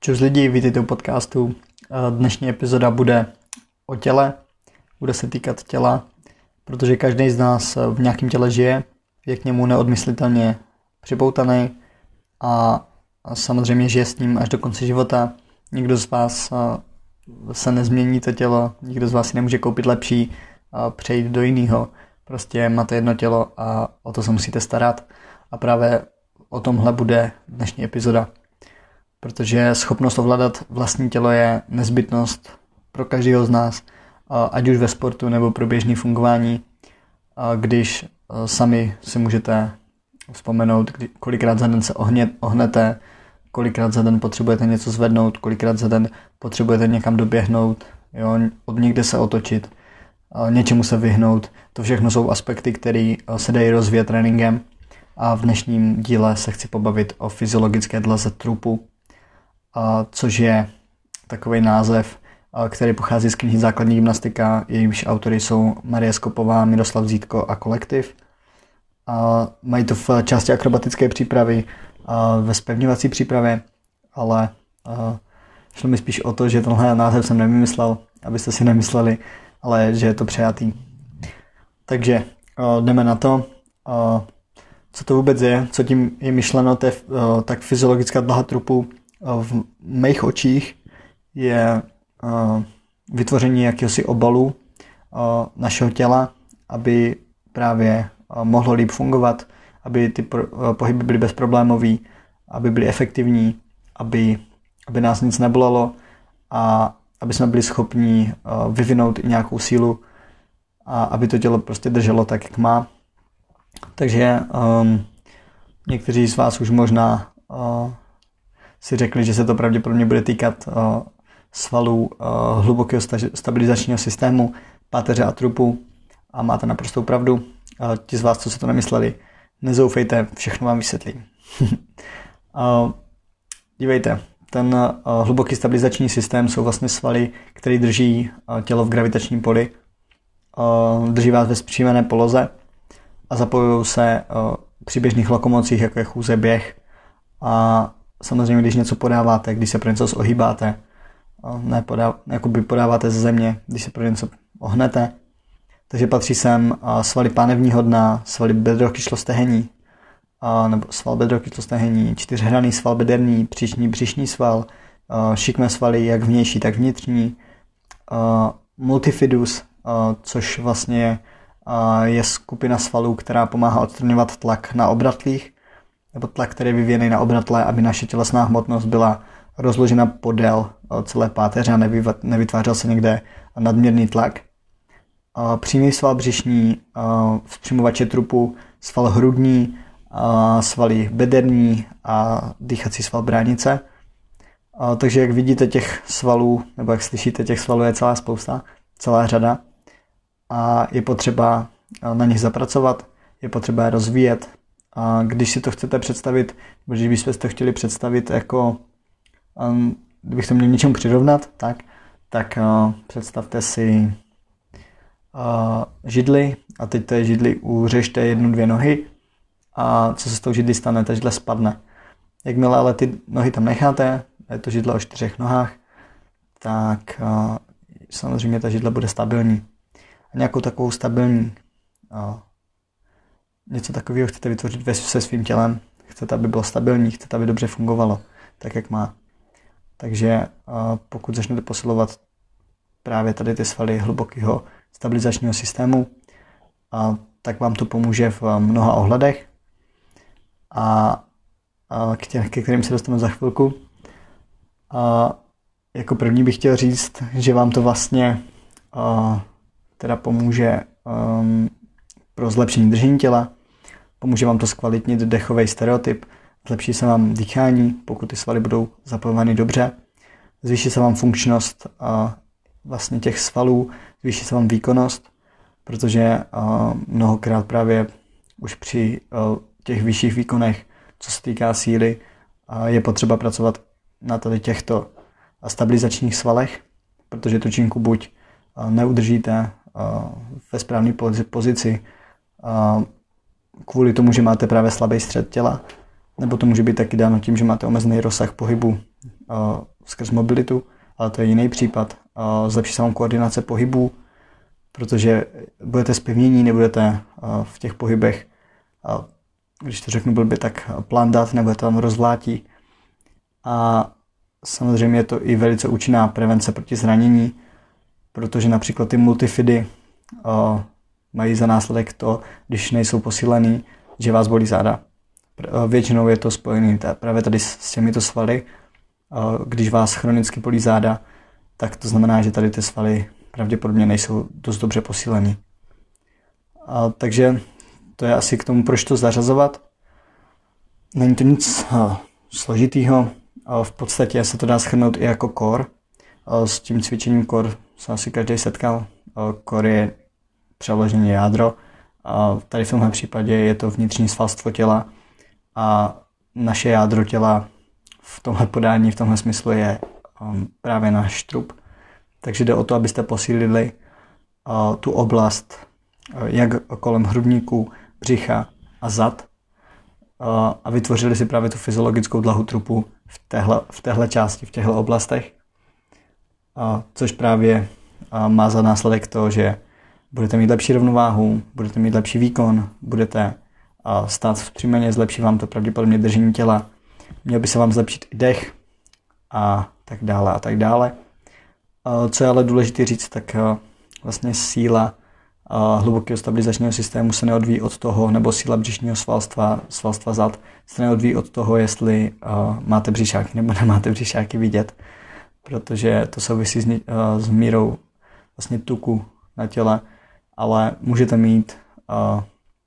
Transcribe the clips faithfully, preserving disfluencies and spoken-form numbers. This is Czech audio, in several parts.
Čus lidi, vítejte u podcastu. Dnešní epizoda bude o těle, bude se týkat těla, protože každý z nás v nějakém těle žije, je k němu neodmyslitelně připoutaný a samozřejmě žije s ním až do konce života. Nikdo z vás se nezmění to tělo, nikdo z vás si nemůže koupit lepší a přejít do jiného. Prostě máte jedno tělo a o to se musíte starat. A právě o tomhle bude dnešní epizoda. Protože schopnost ovládat vlastní tělo je nezbytnost pro každého z nás, ať už ve sportu nebo pro běžné fungování, když sami si můžete vzpomenout, kolikrát za den se ohně, ohnete, kolikrát za den potřebujete něco zvednout, kolikrát za den potřebujete někam doběhnout, jo, od někde se otočit, něčemu se vyhnout. To všechno jsou aspekty, které se dají rozvíjet tréninkem a v dnešním díle se chci pobavit o fyziologické dlaze trupu, což je takový název, který pochází z knihy Základní gymnastika, jejímž autory jsou Marie Skopová, Miroslav Zítko a kolektiv. A mají to v části akrobatické přípravy, ve zpevňovací přípravě, ale šlo mi spíš o to, že tenhle název jsem nevymyslel, abyste si nemysleli, ale že je to přejatý. Takže jdeme na to, co to vůbec je, co tím je myšleno, to je tak fyziologická dlaha trupu. V mých očích je vytvoření jakéhosi obalu našeho těla, aby právě mohlo líp fungovat, aby ty pohyby byly bezproblémové, aby byly efektivní, aby, aby nás nic nebolelo a aby jsme byli schopni vyvinout i nějakou sílu a aby to tělo prostě drželo tak, jak má. Takže um, někteří z vás už možná uh, si řekli, že se to pravděpodobně bude týkat uh, svalů uh, hlubokého stabilizačního systému, páteře a trupu a máte naprostou pravdu. Uh, ti z vás, co si to nemysleli, nezoufejte, všechno vám vysvětlím. uh, dívejte, ten uh, hluboký stabilizační systém jsou vlastně svaly, které drží uh, tělo v gravitačním poli, uh, drží vás ve zpřímené poloze a zapojují se uh, při běžných lokomocích, jako je chůze, běh a samozřejmě, když něco podáváte, když se pro něco zohýbáte, ne podáv, jakoby podáváte ze země, když se pro něco ohnete. Takže patří sem svaly pánevního dna, svaly bedrokyčlostehenní, nebo sval bedrokyčlostehenní, čtyřhranný sval bederní, příčný břišní sval, šikmé svaly, jak vnější, tak vnitřní, multifidus, což vlastně je, je skupina svalů, která pomáhá odstraňovat tlak na obratlých, nebo tlak, který je vyvíjený na obratle, aby naše tělesná hmotnost byla rozložena podél celé páteře a nevytvářel se někde nadměrný tlak. Přímý sval břišní, vzpřímovače trupu, sval hrudní, svaly bederní a dýchací sval bránice. Takže jak vidíte, těch svalů, nebo jak slyšíte, těch svalů je celá spousta, celá řada a je potřeba na nich zapracovat, je potřeba je rozvíjet. A když si to chcete představit, nebo když byste to chtěli představit jako, um, kdybych to měl něčemu přirovnat, tak, tak uh, představte si uh, židli a teď té židli uřežte jednu, dvě nohy a co se s tou židli stane, ta židle spadne. Jakmile ale ty nohy tam necháte, je to židle o čtyřech nohách, tak uh, samozřejmě ta židle bude stabilní. A nějakou takovou stabilní uh, něco takového chcete vytvořit se svým tělem, chcete, aby bylo stabilní, chcete, aby dobře fungovalo, tak jak má. Takže pokud začnete posilovat právě tady ty svaly hlubokého stabilizačního systému, tak vám to pomůže v mnoha ohledech a k těm, ke kterým se dostanu za chvilku. A jako první bych chtěl říct, že vám to vlastně teda pomůže pro zlepšení držení těla, pomůže vám to zkvalitnit dechový stereotyp, zlepší se vám dýchání, pokud ty svaly budou zapojovány dobře, zvýší se vám funkčnost a vlastně těch svalů, zvýší se vám výkonnost, protože mnohokrát právě už při těch vyšších výkonech, co se týká síly, je potřeba pracovat na tady těchto stabilizačních svalech, protože tu činku buď neudržíte ve správné pozici, kvůli tomu, že máte právě slabý střed těla, nebo to může být taky dáno tím, že máte omezený rozsah pohybu skrz mobilitu, ale to je jiný případ. Zlepší se vám koordinace pohybů, protože budete zpevnění, nebudete v těch pohybech, když to řeknu blbě, tak plandat, nebudete vám rozvlátí. A samozřejmě je to i velice účinná prevence proti zranění, protože například ty multifidy mají za následek to, když nejsou posílený, že vás bolí záda. Většinou je to spojené právě tady s těmito svaly. Když vás chronicky bolí záda, tak to znamená, že tady ty svaly pravděpodobně nejsou dost dobře posílený. A takže to je asi k tomu, proč to zařazovat. Není to nic složitýho. V podstatě se to dá shrnout i jako core. S tím cvičením core se asi každý setkal. Core je přeloženě jádro. A tady v tomhle případě je to vnitřní svalstvo těla a naše jádro těla v tomhle podání, v tomhle smyslu je um, právě náš trup. Takže jde o to, abyste posílili uh, tu oblast, uh, jak kolem hrudníku, břicha a zad uh, a vytvořili si právě tu fyziologickou dlahu trupu v téhle, v téhle části, v těchto oblastech. Uh, což právě uh, má za následek to, že budete mít lepší rovnováhu, budete mít lepší výkon, budete uh, stát vzpřímeně, zlepší vám to pravděpodobně držení těla, měl by se vám zlepšit i dech a tak dále a tak dále. Uh, co je ale důležité říct, tak uh, vlastně síla uh, hlubokého stabilizačního systému se neodvíjí od toho, nebo síla břišního svalstva, svalstva zad, se neodvíjí od toho, jestli uh, máte břišáky nebo nemáte břišáky vidět, protože to souvisí s, uh, s mírou vlastně tuku na těle, ale můžete mít uh,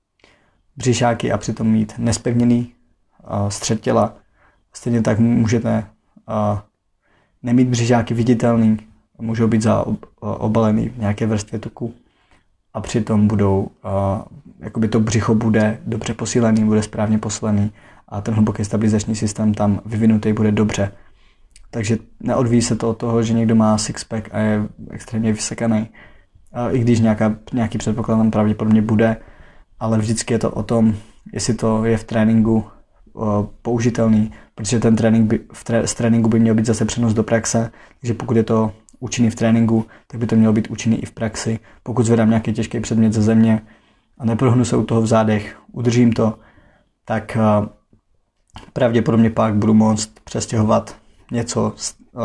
břišáky a přitom mít nespevněný uh, střed těla. Stejně tak můžete uh, nemít břišáky viditelný, můžou být za ob, obalený v nějaké vrstvě tuku a přitom budou, uh, jakoby to břicho bude dobře posílený, bude správně posílený a ten hluboký stabilizační systém tam vyvinutý bude dobře. Takže neodvíjí se to od toho, že někdo má sixpack a je extrémně vysekaný, i když nějaká, nějaký předpoklad tam pravděpodobně bude, ale vždycky je to o tom, jestli to je v tréninku uh, použitelný, protože ten trénink by, v tré, z tréninku by měl být zase přenos do praxe, takže pokud je to účinný v tréninku, tak by to mělo být účinný i v praxi. Pokud zvedám nějaký těžký předmět ze země a neprohnu se u toho v zádech, udržím to, tak uh, pravděpodobně pak budu moct přestěhovat něco z uh,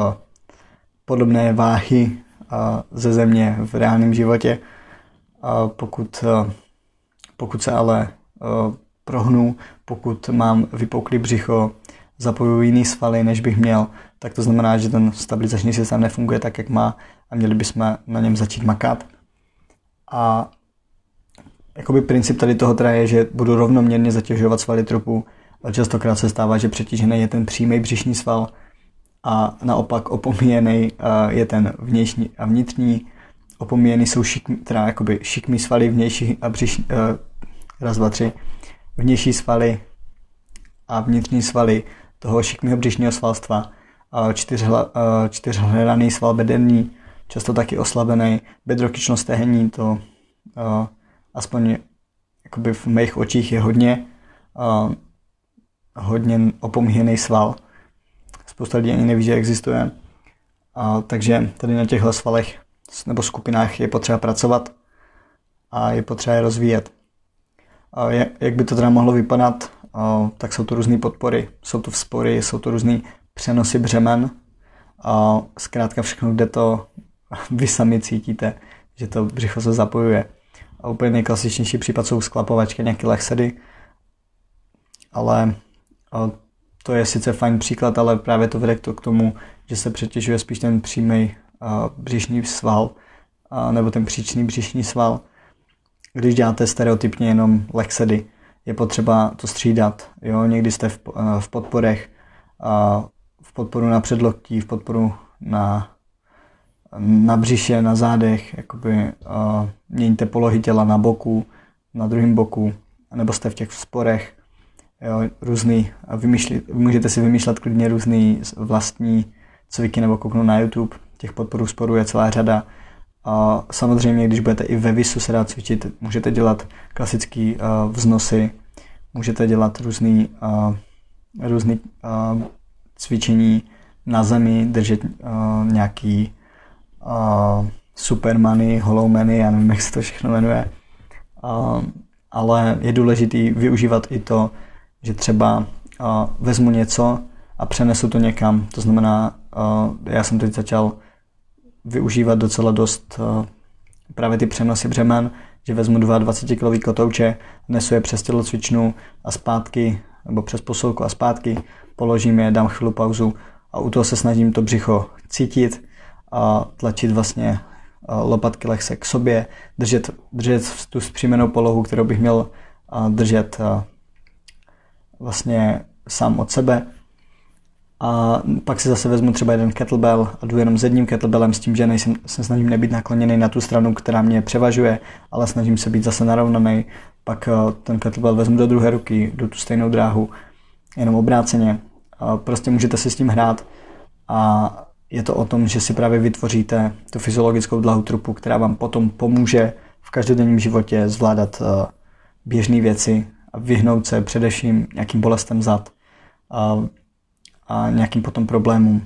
podobné váhy ze země v reálném životě. Pokud, pokud se ale prohnu, pokud mám vypouklý břicho, zapojuji jiný svaly, než bych měl, tak to znamená, že ten stabilizační systém nefunguje tak, jak má a měli bychom na něm začít makat. A jakoby princip tady toho teda je, že budu rovnoměrně zatěžovat svaly trupu, ale častokrát se stává, že přetížený je ten přímý břišní sval a naopak opomíjený je ten vnější a vnitřní. Opomíjený jsou šikmý, teda jakoby šikmý svaly vnější a břišní, raz, dva, tři, vnější svaly a vnitřní svaly toho šikmého břišního svalstva, čtyřhla, čtyřhledaný sval bederní, často taky oslabený, bedrokyčno-stehenní, to aspoň jakoby v mých očích je hodně, hodně opomíjený sval. Spousta lidí ani neví, že existuje. A, takže tady na těchto svalech nebo skupinách je potřeba pracovat a je potřeba je rozvíjet. A jak, jak by to teda mohlo vypadat, a, tak jsou to různé podpory, jsou to vzpory, jsou to různé přenosy břemen. A zkrátka všechno, kde to vy sami cítíte, že to břicho se zapojuje. A úplně nejklasičnější případ jsou sklapovačky, nějaké lechsedy, ale a, to je sice fajn příklad, ale právě to vede k tomu, že se přetěžuje spíš ten přímý břišní sval a, nebo ten příčný břišní sval. Když děláte stereotypně jenom lechsedy, je potřeba to střídat. Jo? Někdy jste v, v podporech, a, v podporu na předloktí, v podporu na, na břiše, na zádech, jakoby, a, měníte polohy těla na boku, na druhém boku, nebo jste v těch sporech. Jo, různý, a vymýšlí, můžete si vymýšlet klidně různý vlastní cviky nebo kouknout na YouTube. Těch podporů sporů je celá řada. A samozřejmě, když budete i ve visu se dá cvičit, můžete dělat klasický uh, vznosy, můžete dělat různý, uh, různý uh, cvičení na zemi držet uh, nějaký uh, supermany, hollowmany, já nevím, jak se to všechno jmenuje. Uh, ale je důležitý využívat i to, že třeba uh, vezmu něco a přenesu to někam. To znamená, uh, já jsem teď začal využívat docela dost uh, právě ty přenosy břemen, že vezmu dva dvacetikilový kotouče, nesu je přes tělocvičnu a zpátky, nebo přes posilku a zpátky, položím je, dám chvíli pauzu a u toho se snažím to břicho cítit a tlačit vlastně lopatky lehce k sobě, držet, držet tu zpříjmenou polohu, kterou bych měl držet vlastně sám od sebe. A pak si zase vezmu třeba jeden kettlebell a jdu jenom s jedním kettlebellem s tím, že nejsem, se snažím nebýt nakloněný na tu stranu, která mě převažuje, ale snažím se být zase narovnaný. Pak ten kettlebell vezmu do druhé ruky, jdu tu stejnou dráhu, jenom obráceně. Prostě můžete si s tím hrát a je to o tom, že si právě vytvoříte tu fyziologickou dlahu trupu, která vám potom pomůže v každodenním životě zvládat běžné věci a vyhnout se především nějakým bolestem zad a, a nějakým potom problémům.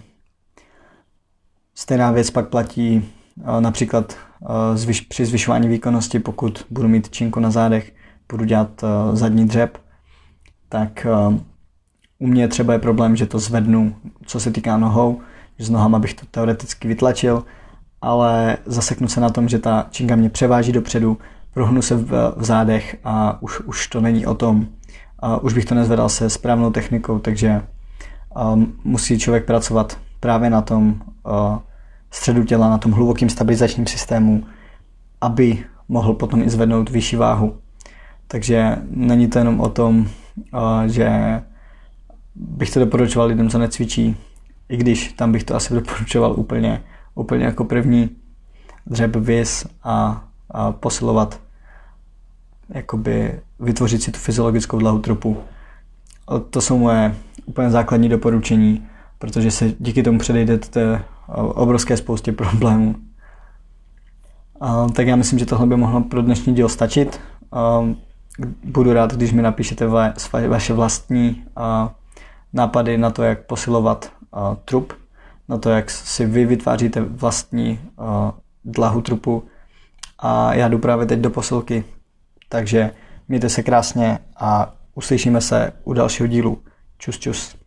Stejná věc pak platí například zvyš, při zvyšování výkonnosti, pokud budu mít činku na zádech, budu dělat zadní dřep, tak u mě třeba je problém, že to zvednu, co se týká nohou, že s nohama bych to teoreticky vytlačil, ale zaseknu se na tom, že ta činka mě převáží dopředu, prohnu se v, v zádech a už, už to není o tom. A už bych to nezvedal se správnou technikou, takže um, musí člověk pracovat právě na tom uh, středu těla, na tom hlubokým stabilizačním systému, aby mohl potom i zvednout vyšší váhu. Takže není to jenom o tom, uh, že bych to doporučoval lidem, co necvičí, i když tam bych to asi doporučoval úplně, úplně jako první dřep, vis a, a posilovat, jakoby vytvořit si tu fyziologickou dlahu trupu. To jsou moje úplně základní doporučení, protože se díky tomu předejdete obrovské spoustě problémů. A, tak já myslím, že tohle by mohlo pro dnešní díl stačit. A, budu rád, když mi napíšete va, vaše vlastní a, nápady na to, jak posilovat uh, trup, na to, jak si vy vytváříte vlastní uh, dlahu trupu. A já jdu právě teď do posilky, takže mějte se krásně a uslyšíme se u dalšího dílu. Čus, čus.